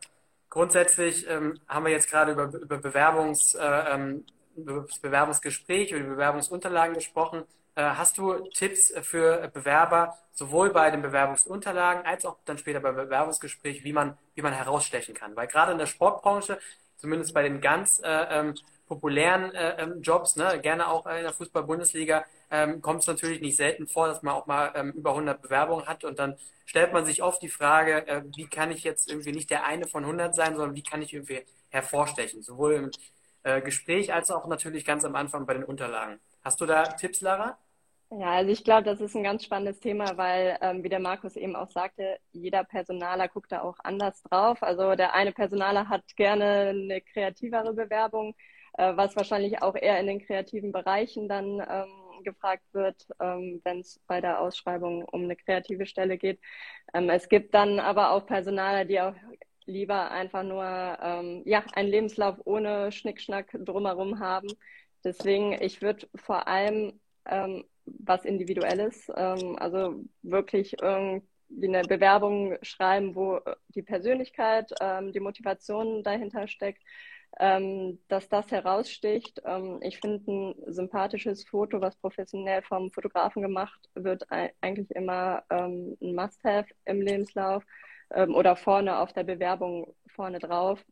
grundsätzlich ähm, haben wir jetzt gerade über, über Bewerbungs, äh, ähm, über das Bewerbungsgespräch, über die Bewerbungsunterlagen gesprochen. Äh, hast du Tipps für Bewerber, sowohl bei den Bewerbungsunterlagen als auch dann später beim Bewerbungsgespräch, wie man, wie man herausstechen kann? Weil gerade in der Sportbranche, zumindest bei den ganz äh, ähm, populären äh, ähm, Jobs, ne, gerne auch äh, in der Fußball-Bundesliga, ähm, kommt es natürlich nicht selten vor, dass man auch mal ähm, über hundert Bewerbungen hat und dann stellt man sich oft die Frage, äh, wie kann ich jetzt irgendwie nicht der eine von hundert sein, sondern wie kann ich irgendwie hervorstechen, sowohl im äh, Gespräch als auch natürlich ganz am Anfang bei den Unterlagen. Hast du da Tipps, Lara? Ja, also ich glaube, das ist ein ganz spannendes Thema, weil, ähm, wie der Markus eben auch sagte, jeder Personaler guckt da auch anders drauf. Also der eine Personaler hat gerne eine kreativere Bewerbung, äh, was wahrscheinlich auch eher in den kreativen Bereichen dann ähm, gefragt wird, ähm, wenn es bei der Ausschreibung um eine kreative Stelle geht. Ähm, es gibt dann aber auch Personaler, die auch lieber einfach nur ähm, ja, einen Lebenslauf ohne Schnickschnack drumherum haben. Deswegen, ich würde vor allem ähm, was Individuelles, ähm, also wirklich irgendwie eine Bewerbung schreiben, wo die Persönlichkeit, ähm, die Motivation dahinter steckt, ähm, dass das heraussticht. Ähm, ich finde ein sympathisches Foto, was professionell vom Fotografen gemacht wird, eigentlich immer ähm, ein Must-have im Lebenslauf ähm, oder vorne auf der Bewerbung vorne drauf.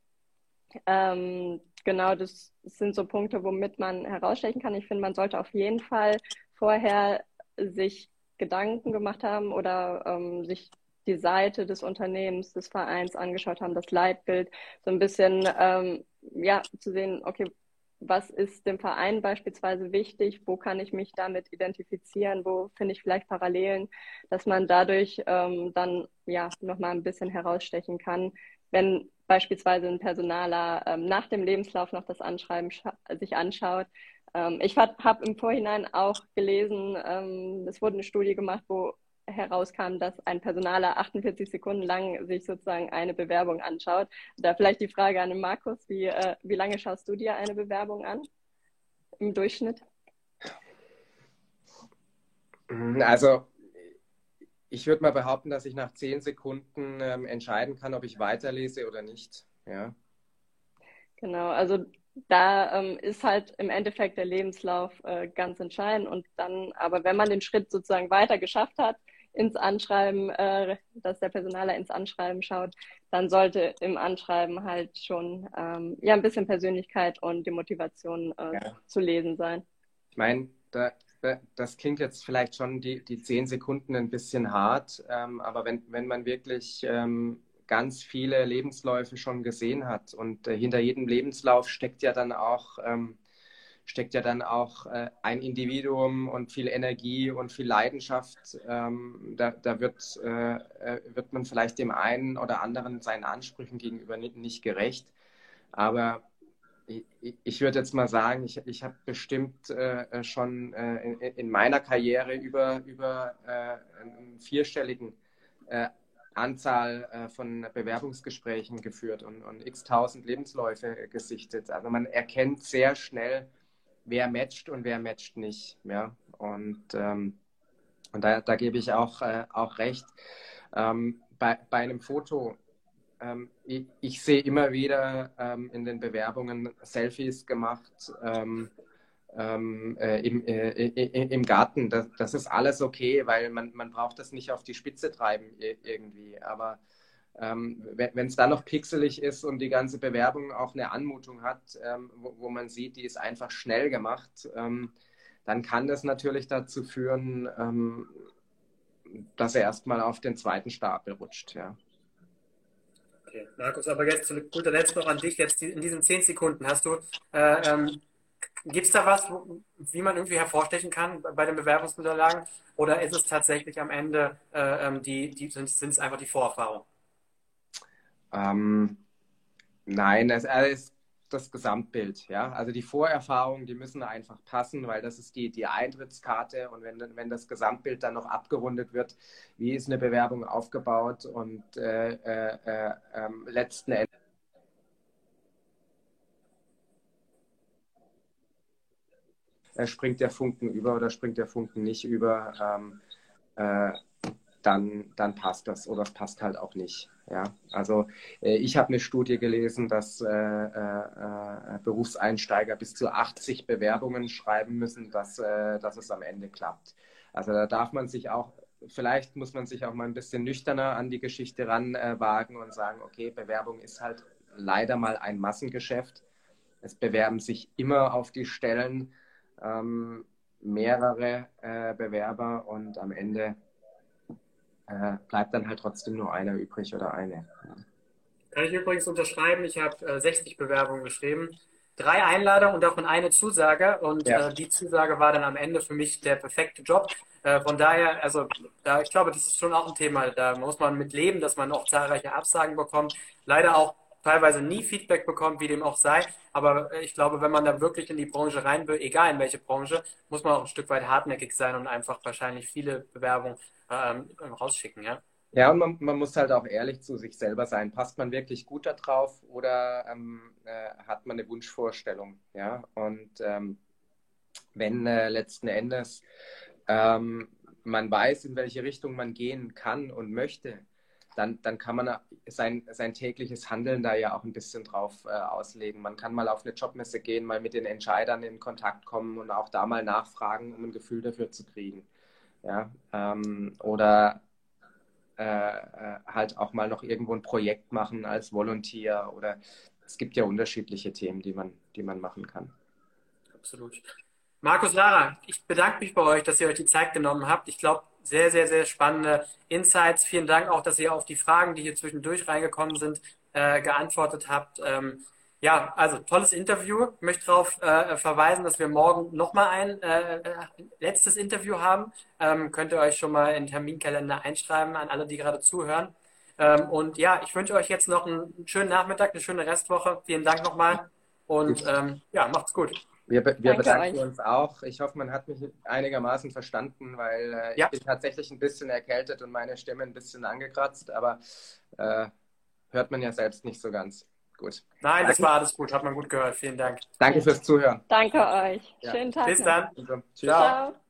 Ähm, genau, das sind so Punkte, womit man herausstechen kann. Ich finde, man sollte auf jeden Fall vorher sich Gedanken gemacht haben oder ähm, sich die Seite des Unternehmens, des Vereins angeschaut haben, das Leitbild, so ein bisschen ähm, ja, zu sehen, okay, was ist dem Verein beispielsweise wichtig, wo kann ich mich damit identifizieren, wo finde ich vielleicht Parallelen, dass man dadurch ähm, dann ja nochmal ein bisschen herausstechen kann, wenn beispielsweise ein Personaler ähm, nach dem Lebenslauf noch das Anschreiben sich anschaut. Ähm, ich habe im Vorhinein auch gelesen, ähm, es wurde eine Studie gemacht, wo herauskam, dass ein Personaler achtundvierzig Sekunden lang sich sozusagen eine Bewerbung anschaut. Da vielleicht die Frage an den Markus, wie, äh, wie lange schaust du dir eine Bewerbung an im Durchschnitt? Also ich würde mal behaupten, dass ich nach zehn Sekunden ähm, entscheiden kann, ob ich weiterlese oder nicht. Ja. Genau, also da ähm, ist halt im Endeffekt der Lebenslauf äh, ganz entscheidend und dann, aber wenn man den Schritt sozusagen weiter geschafft hat, ins Anschreiben, äh, dass der Personaler ins Anschreiben schaut, dann sollte im Anschreiben halt schon ähm, ja ein bisschen Persönlichkeit und die Motivation äh, Ja. zu lesen sein. Ich meine, da, da, das klingt jetzt vielleicht schon die, die zehn Sekunden ein bisschen hart, ähm, aber wenn, wenn man wirklich ähm, ganz viele Lebensläufe schon gesehen hat und äh, hinter jedem Lebenslauf steckt ja dann auch, ähm, steckt ja dann auch äh, ein Individuum und viel Energie und viel Leidenschaft. Ähm, da da wird, äh, äh, wird man vielleicht dem einen oder anderen seinen Ansprüchen gegenüber nicht, nicht gerecht, aber ich, ich würde jetzt mal sagen, ich, ich habe bestimmt äh, schon äh, in, in meiner Karriere über, über äh, einen vierstelligen äh, Anzahl äh, von Bewerbungsgesprächen geführt und, und x-tausend Lebensläufe gesichtet. Also man erkennt sehr schnell, wer matcht und wer matcht nicht. Ja? Und, ähm, und da, da gebe ich auch, äh, auch recht. Ähm, bei, bei einem Foto, ähm, ich, ich sehe immer wieder ähm, in den Bewerbungen Selfies gemacht ähm, ähm, äh, im, äh, im Garten. Das, das ist alles okay, weil man, man braucht das nicht auf die Spitze treiben irgendwie. Aber ähm, wenn es dann noch pixelig ist und die ganze Bewerbung auch eine Anmutung hat, ähm, wo, wo man sieht, die ist einfach schnell gemacht, ähm, dann kann das natürlich dazu führen, ähm, dass er erstmal auf den zweiten Stapel rutscht. Ja. Okay. Markus, aber jetzt zu guter Letzt noch an dich. Jetzt in diesen zehn Sekunden hast du, äh, ähm, gibt es da was, wo, wie man irgendwie hervorstechen kann bei den Bewerbungsunterlagen? Oder ist es tatsächlich am Ende, äh, ähm, die, die, sind es einfach die Vorerfahrungen? Ähm, nein, es also ist das Gesamtbild. Ja? Also die Vorerfahrungen, die müssen einfach passen, weil das ist die, die Eintrittskarte. Und wenn, wenn das Gesamtbild dann noch abgerundet wird, wie ist eine Bewerbung aufgebaut und äh, äh, äh, äh, letzten Endes springt der Funken über oder springt der Funken nicht über, ähm, äh, dann, dann passt das oder es passt halt auch nicht. Ja, also äh, ich habe eine Studie gelesen, dass äh, äh, Berufseinsteiger bis zu achtzig Bewerbungen schreiben müssen, dass, äh, dass es am Ende klappt. Also da darf man sich auch, vielleicht muss man sich auch mal ein bisschen nüchterner an die Geschichte ranwagen äh, und sagen, okay, Bewerbung ist halt leider mal ein Massengeschäft. Es bewerben sich immer auf die Stellen ähm, mehrere äh, Bewerber und am Ende äh, bleibt dann halt trotzdem nur einer übrig oder eine. Kann ich übrigens unterschreiben. Ich habe äh, sechzig Bewerbungen geschrieben, drei Einladungen und davon eine Zusage. Und Ja. äh, die Zusage war dann am Ende für mich der perfekte Job. Äh, von daher, also da, ich glaube, das ist schon auch ein Thema. Da muss man mit leben, dass man auch zahlreiche Absagen bekommt. Leider auch teilweise nie Feedback bekommt, wie dem auch sei. Aber ich glaube, wenn man da wirklich in die Branche rein will, egal in welche Branche, muss man auch ein Stück weit hartnäckig sein und einfach wahrscheinlich viele Bewerbungen ähm, rausschicken, ja. Ja, und man, man muss halt auch ehrlich zu sich selber sein. Passt man wirklich gut da drauf oder ähm, äh, hat man eine Wunschvorstellung? Ja, und ähm, wenn äh, letzten Endes ähm, man weiß, in welche Richtung man gehen kann und möchte, dann, dann kann man sein, sein tägliches Handeln da ja auch ein bisschen drauf äh, auslegen. Man kann mal auf eine Jobmesse gehen, mal mit den Entscheidern in Kontakt kommen und auch da mal nachfragen, um ein Gefühl dafür zu kriegen. Ja, ähm, oder Äh, halt auch mal noch irgendwo ein Projekt machen als Volunteer oder es gibt ja unterschiedliche Themen, die man, die man machen kann. Absolut. Markus, Lara, ich bedanke mich bei euch, dass ihr euch die Zeit genommen habt. Ich glaube, sehr, sehr, sehr spannende Insights. Vielen Dank auch, dass ihr auf die Fragen, die hier zwischendurch reingekommen sind, äh, geantwortet habt. Ähm, ja, also tolles Interview. Ich möchte darauf äh, verweisen, dass wir morgen nochmal ein äh, letztes Interview haben. Ähm, könnt ihr euch schon mal in den Terminkalender einschreiben an alle, die gerade zuhören. Ähm, und ja, ich wünsche euch jetzt noch einen schönen Nachmittag, eine schöne Restwoche. Vielen Dank nochmal und ähm, ja, macht's gut. Wir, be wir bedanken euch. uns auch. Ich hoffe, man hat mich einigermaßen verstanden, weil äh, Ja. ich bin tatsächlich ein bisschen erkältet und meine Stimme ein bisschen angekratzt, aber äh, hört man ja selbst nicht so ganz. Gut. Nein, das war alles gut. Hat man gut gehört. Vielen Dank. Danke fürs Zuhören. Danke euch. Ja. Schönen Tag Bis noch. dann. Also, tschüss. Ciao. Ciao.